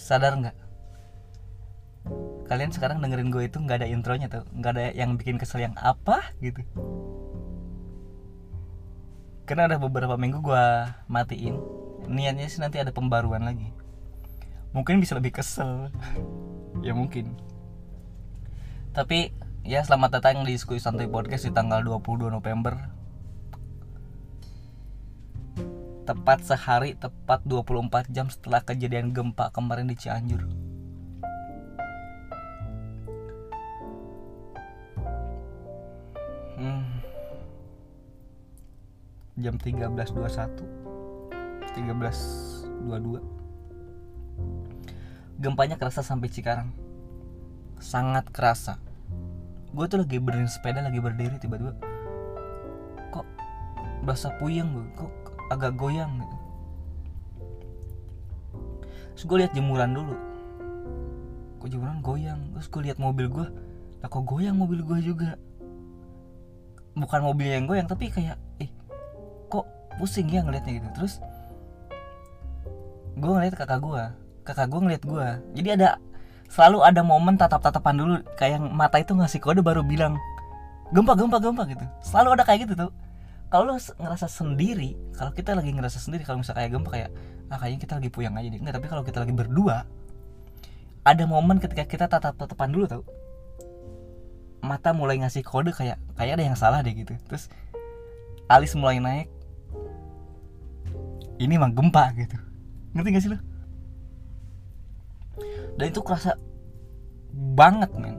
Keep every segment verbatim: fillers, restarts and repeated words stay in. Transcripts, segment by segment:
sadar nggak? Kalian sekarang dengerin gue itu nggak ada intronya tuh, nggak ada yang bikin kesel yang apa gitu. Karena udah beberapa minggu gue matiin. Niatnya sih nanti ada pembaruan lagi. Mungkin bisa lebih kesel. Ya mungkin. Tapi ya selamat datang di Diskusi Santuy Podcast di tanggal dua puluh dua November. Tepat sehari, tepat dua puluh empat jam setelah kejadian gempa kemarin di Cianjur. Hmm. Jam tiga belas dua puluh satu, tiga belas dua puluh dua. Gempanya kerasa sampai Cikarang. Sangat kerasa. Gue tuh lagi benerin sepeda, lagi berdiri, tiba-tiba kok berasa puyeng gue, kok agak goyang gitu. Terus gue lihat jemuran dulu, kok jemuran goyang. Terus gue lihat mobil gue, lah kok goyang mobil gue juga. Bukan mobil yang goyang, tapi kayak eh kok pusing ya ngeliatnya gitu. Terus gue ngeliat kakak gue, kakak gue ngeliat gue. Jadi ada selalu ada momen tatap-tatapan dulu, kayak mata itu ngasih kode baru bilang gempa gempa gempa gitu. Selalu ada kayak gitu tuh. Kalau lo ngerasa sendiri, kalau kita lagi ngerasa sendiri, kalau misalnya kayak gempa kayak ah kayaknya kita lagi puyeng aja deh. Enggak, tapi kalau kita lagi berdua, ada momen ketika kita tatap-tatapan dulu tau. Mata mulai ngasih kode kayak kayak ada yang salah deh gitu. Terus alis mulai naik. Ini mah gempa gitu. Ngerti gak sih lo? Dan itu kerasa banget men.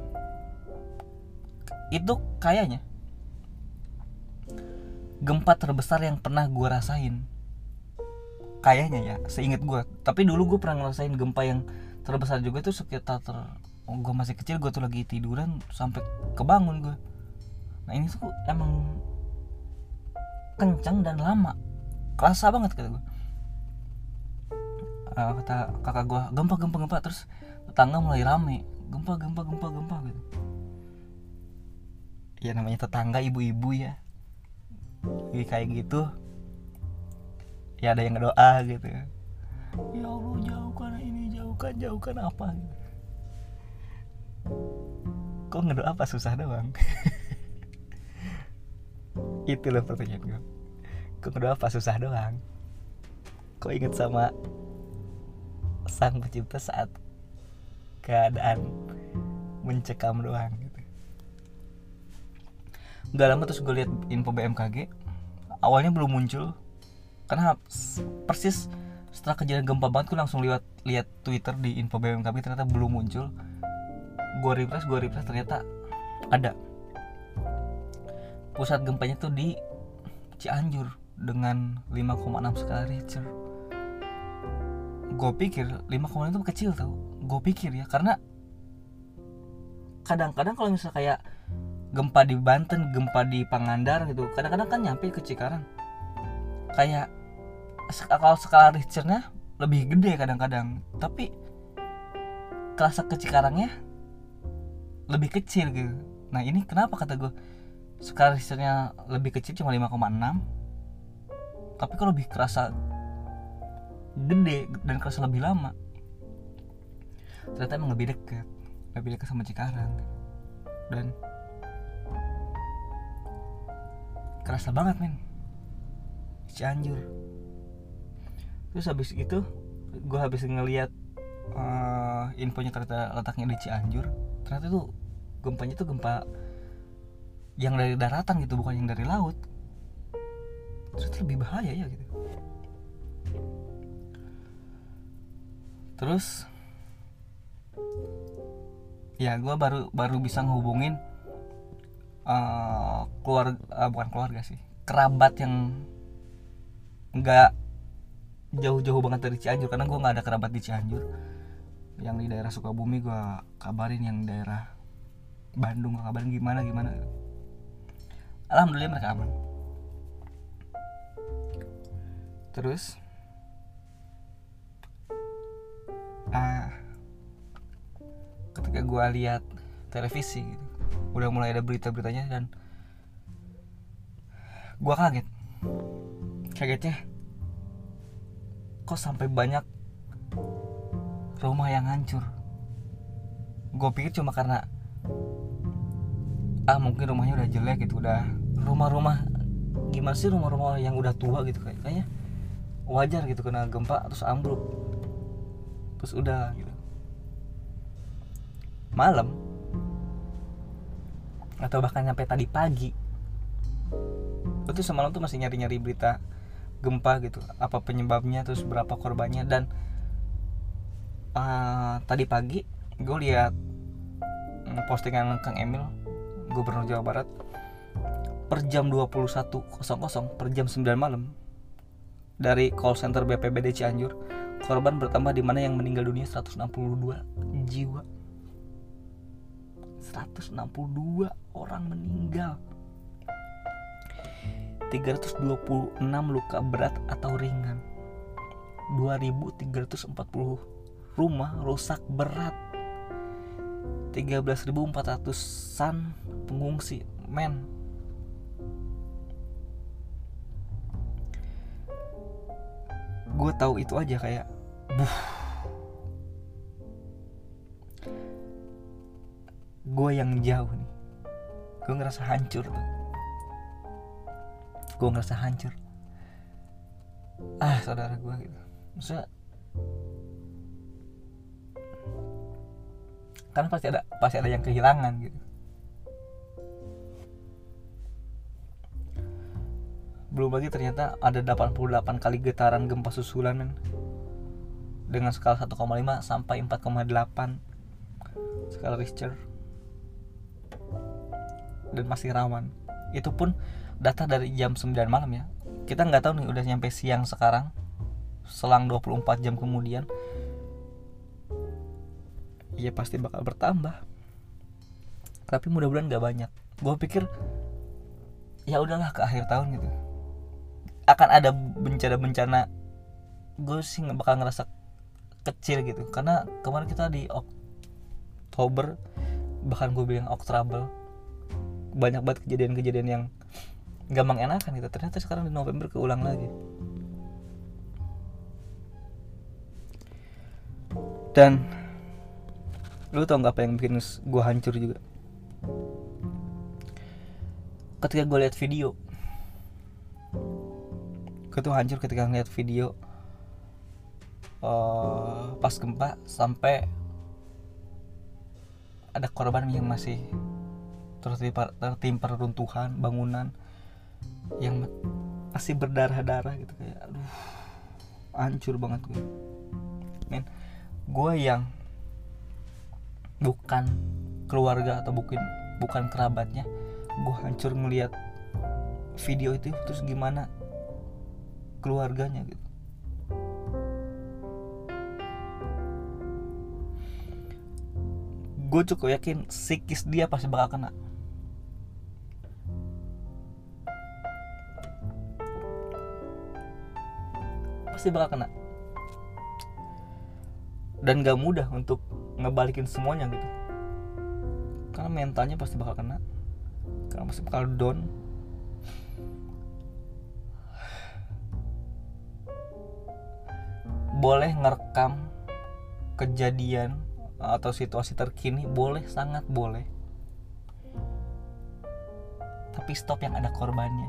Itu kayaknya gempa terbesar yang pernah gue rasain. Kayaknya ya, seinget gue. Tapi dulu gue pernah ngerasain gempa yang terbesar juga tuh sekitar ter... oh, gue masih kecil, gue tuh lagi tiduran sampai kebangun gue. Nah ini tuh emang kencang dan lama. Kerasa banget kata gue. Uh, kata kakak gue, gempa gempa gempa. Terus tetangga mulai rame, gempa gempa gempa gempa gitu. Ya namanya tetangga ibu-ibu ya, jadi kayak gitu. Ya ada yang ngedoa gitu. Ya Allah jauhkan ini, jauhkan jauhkan apa gitu. Kok ngedoa apa susah doang? Itu loh pertanyaan gue. Kok ngedoa apa susah doang? Kok inget sama Sang Pencipta saat keadaan mencekam doang gitu. Gak lama terus gue lihat info B M K G. Awalnya belum muncul karena persis setelah kejadian gempa banget gue langsung lihat lihat Twitter di info B M K G, ternyata belum muncul. Gue refresh, gue refresh ternyata ada. Pusat gempanya tuh di Cianjur dengan lima koma enam skala Richter. Gue pikir lima koma enam itu kecil tau. Gue pikir ya, karena kadang-kadang kalau misalnya kayak gempa di Banten, gempa di Pangandaran gitu, kadang-kadang kan nyampe ke Cikarang. Kayak kalau skala Richternya lebih gede kadang-kadang, tapi kerasa ke Cikarangnya lebih kecil gitu. Nah ini kenapa kata gue skala Richternya lebih kecil cuma lima koma enam, tapi kalau lebih kerasa gede dan kerasa lebih lama. Ternyata emang lebih dekat, lebih dekat sama Cikarang. Dan kerasa banget men, Cianjur. Terus habis itu gue habis ngeliat uh, infonya ternyata letaknya di Cianjur. Ternyata tuh gempanya tuh gempa yang dari daratan gitu, bukan yang dari laut. Ternyata lebih bahaya ya gitu. Terus ya gue baru baru bisa ngehubungin uh, keluarga, uh, bukan keluarga sih, kerabat yang nggak jauh-jauh banget dari Cianjur, karena gue nggak ada kerabat di Cianjur. Yang di daerah Sukabumi gue kabarin, yang daerah Bandung gue kabarin gimana gimana. Alhamdulillah mereka aman. Terus ah ketika gue lihat televisi gitu, udah mulai ada berita-beritanya, dan gue kaget. Kagetnya kok sampai banyak rumah yang hancur. Gue pikir cuma karena ah mungkin rumahnya udah jelek gitu, udah rumah-rumah gimana sih, rumah-rumah yang udah tua gitu kayak kayaknya wajar gitu kena gempa terus ambruk terus udah gitu. Malam atau bahkan sampai tadi pagi itu semalam tuh masih nyari-nyari berita gempa gitu, apa penyebabnya, terus berapa korbannya. Dan uh, tadi pagi gue lihat postingan Kang Emil, Gubernur Jawa Barat, per jam dua puluh satu nol nol per jam sembilan malam dari call center B P B D Cianjur, korban bertambah di mana yang meninggal dunia seratus enam puluh dua jiwa. seratus enam puluh dua orang meninggal. tiga ratus dua puluh enam luka berat atau ringan. dua ribu tiga ratus empat puluh rumah rusak berat. tiga belas ribu empat ratusan pengungsi, men. Gue tahu itu aja kayak buh. Gue yang jauh nih, gue ngerasa hancur tuh. Gue ngerasa hancur. Ah saudara gue gitu. Maksudnya kan pasti ada pasti ada yang kehilangan gitu. Belum lagi ternyata ada delapan puluh delapan kali getaran gempa susulan, men. Dengan skala satu koma lima sampai empat koma delapan skala Richter. Dan masih rawan. Itu pun data dari jam sembilan malam ya. Kita nggak tahu nih udah nyampe siang sekarang, selang dua puluh empat jam kemudian. Ya pasti bakal bertambah. Tapi mudah-mudahan nggak banyak. Gue pikir ya udahlah ke akhir tahun gitu akan ada bencana-bencana. Gue sih nggak bakal ngerasa kecil gitu, karena kemarin kita di Oktober, bahkan gue bilang Oktrable, banyak banget kejadian-kejadian yang gak mengenakan gitu. Ternyata sekarang di November keulang lagi. Dan lu tau gak apa yang bikin gue hancur juga? Ketika gue lihat video, gue tuh hancur ketika ngeliat video uh, pas gempa sampai ada korban yang masih tertimpa, tertimpa reruntuhan bangunan yang masih berdarah-darah gitu, kayak aduh hancur banget gue. Men, gue yang bukan keluarga atau bukan bukan kerabatnya, gue hancur ngelihat video itu. Terus gimana keluarganya gitu. Gue cukup yakin psikis dia pasti bakal kena. Pasti bakal kena. Dan gak mudah untuk ngebalikin semuanya gitu. Karena mentalnya pasti bakal kena. Karena pasti bakal down. Boleh ngerekam kejadian atau situasi terkini, boleh, sangat boleh. Tapi stop yang ada korbannya.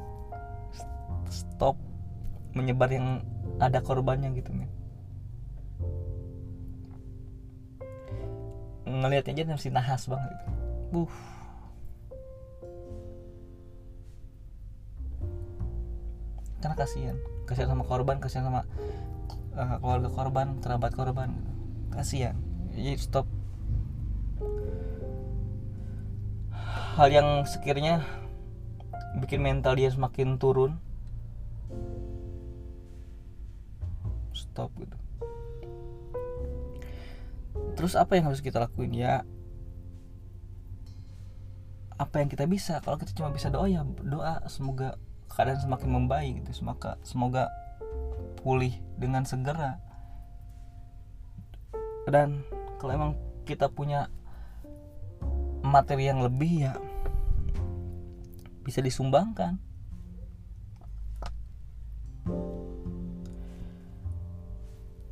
Stop menyebar yang ada korbannya gitu, men. Ngelihatnya aja masih nahas banget gitu. Buh. Karena kasihan, kasihan sama korban, kasihan sama uh, keluarga korban, kerabat korban, kasihan. Jadi stop hal yang sekiranya bikin mental dia semakin turun. Stop gitu. Terus apa yang harus kita lakuin ya? Apa yang kita bisa? Kalau kita cuma bisa doa ya doa, semoga keadaan semakin membaik gitu, semoga semoga pulih dengan segera. Dan kalau emang kita punya materi yang lebih ya bisa disumbangkan.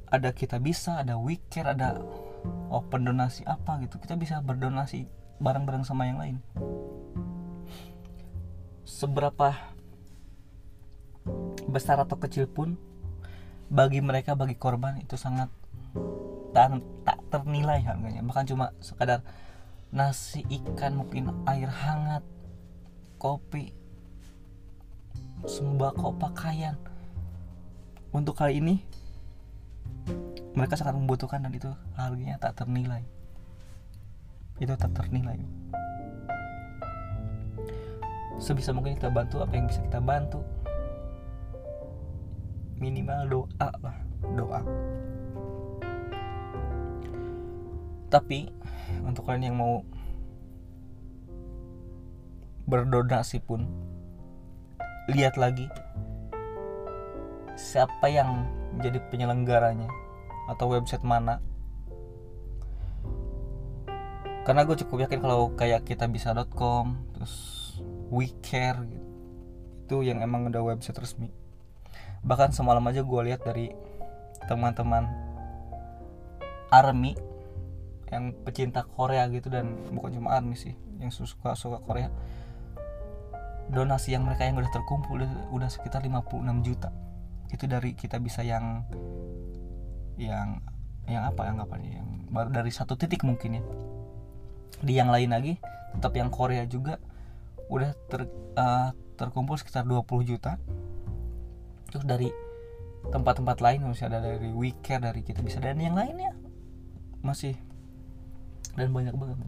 ada Kita Bisa, ada We Care, ada open donasi apa gitu. Kita bisa berdonasi bareng-bareng sama yang lain. Seberapa besar atau kecil pun bagi mereka, bagi korban itu sangat tak, tak ternilai harganya. Bahkan cuma sekadar nasi, ikan, mungkin air hangat, kopi, sembako, pakaian. Untuk kali ini mereka sangat membutuhkan dan itu harganya tak ternilai. Itu tak ternilai. Sebisa mungkin kita bantu apa yang bisa kita bantu. Minimal doa lah, doa. Tapi untuk kalian yang mau berdonasi pun, lihat lagi siapa yang jadi penyelenggaranya atau website mana. Karena gue cukup yakin kalau kayak kitabisa dot com, terus We Care gitu, itu yang emang udah website resmi. Bahkan semalam aja gue lihat dari teman-teman ARMY yang pecinta Korea gitu, dan bukan cuma ARMY sih, yang suka suka Korea, donasi yang mereka yang udah terkumpul udah, udah sekitar lima puluh enam juta. Itu dari kita bisa yang yang yang apa yang apa nih, yang baru dari satu titik mungkin ya. Di yang lain lagi tetap yang Korea juga udah ter, uh, terkumpul sekitar dua puluh juta. Terus dari tempat-tempat lain masih ada dari We Care, dari Kita Bisa, dan yang lainnya masih, dan banyak banget.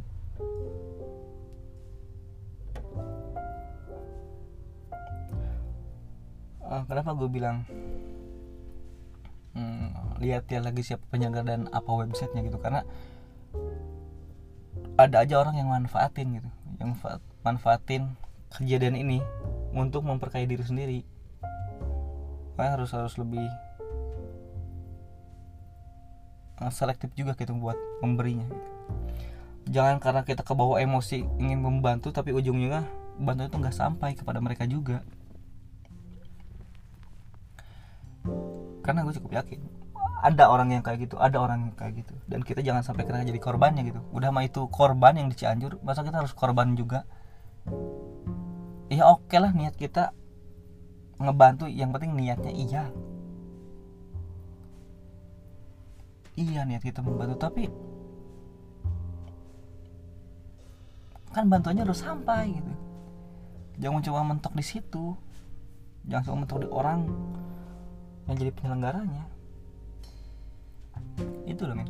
Uh, kenapa gue bilang hmm, lihat ya lagi siapa penyelenggara dan apa websitenya gitu, karena ada aja orang yang manfaatin gitu, yang manfaatin kejadian ini untuk memperkaya diri sendiri. Makanya harus harus lebih selektif juga gitu buat memberinya gitu. Jangan karena kita kebawa emosi ingin membantu tapi ujungnya bantuan itu nggak sampai kepada mereka juga. Karena gue cukup yakin ada orang yang kayak gitu, ada orang yang kayak gitu, dan kita jangan sampai kita jadi korbannya gitu. Udah mah itu korban yang di Cianjur, masa kita harus korban juga? Ya oke okay lah niat kita ngebantu, yang penting niatnya iya. Iya niat kita membantu, tapi kan bantuannya harus sampai gitu. Jangan cuma mentok di situ, jangan cuma mentok di orang yang jadi penyelenggaranya. Itu loh men.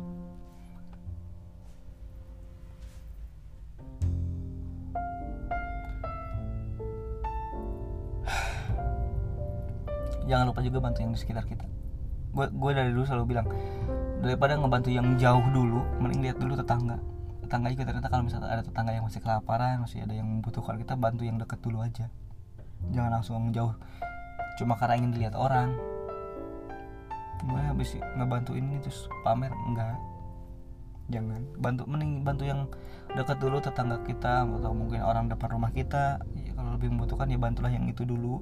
Jangan lupa juga bantu yang di sekitar kita. Gue gue dari dulu selalu bilang, daripada ngebantu yang jauh dulu, mending lihat dulu tetangga. Tetangga juga ternyata kalau misalnya ada tetangga yang masih kelaparan, masih ada yang membutuhkan, kita bantu yang dekat dulu aja. Jangan langsung jauh cuma karena ingin dilihat orang. Gue habis ngebantu ini terus pamer, enggak. Jangan. Bantu, mending bantu yang dekat dulu, tetangga kita atau mungkin orang depan rumah kita. Ya, kalau lebih membutuhkan ya bantulah yang itu dulu.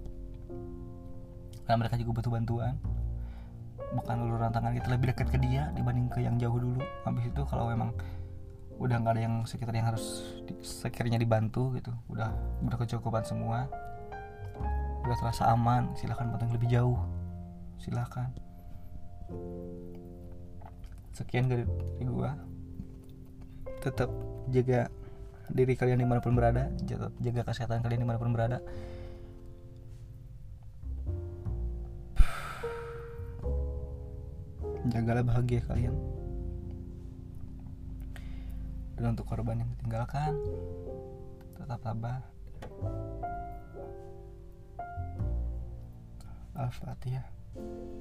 Karena mereka juga butuh bantuan. Bukan uluran tangan kita lebih dekat ke dia dibanding ke yang jauh dulu. Habis itu kalau memang udah nggak ada yang sekitar yang harus di, sekiranya dibantu gitu, udah udah kecukupan semua, udah terasa aman, silakan bantu yang lebih jauh, silakan. Sekian dari gua. Tetap jaga diri kalian dimanapun berada, tetap jaga kesehatan kalian dimanapun berada. Jagalah bahagia kalian. Dan untuk korban yang ditinggalkan, tetap tabah. Al-Fatihah.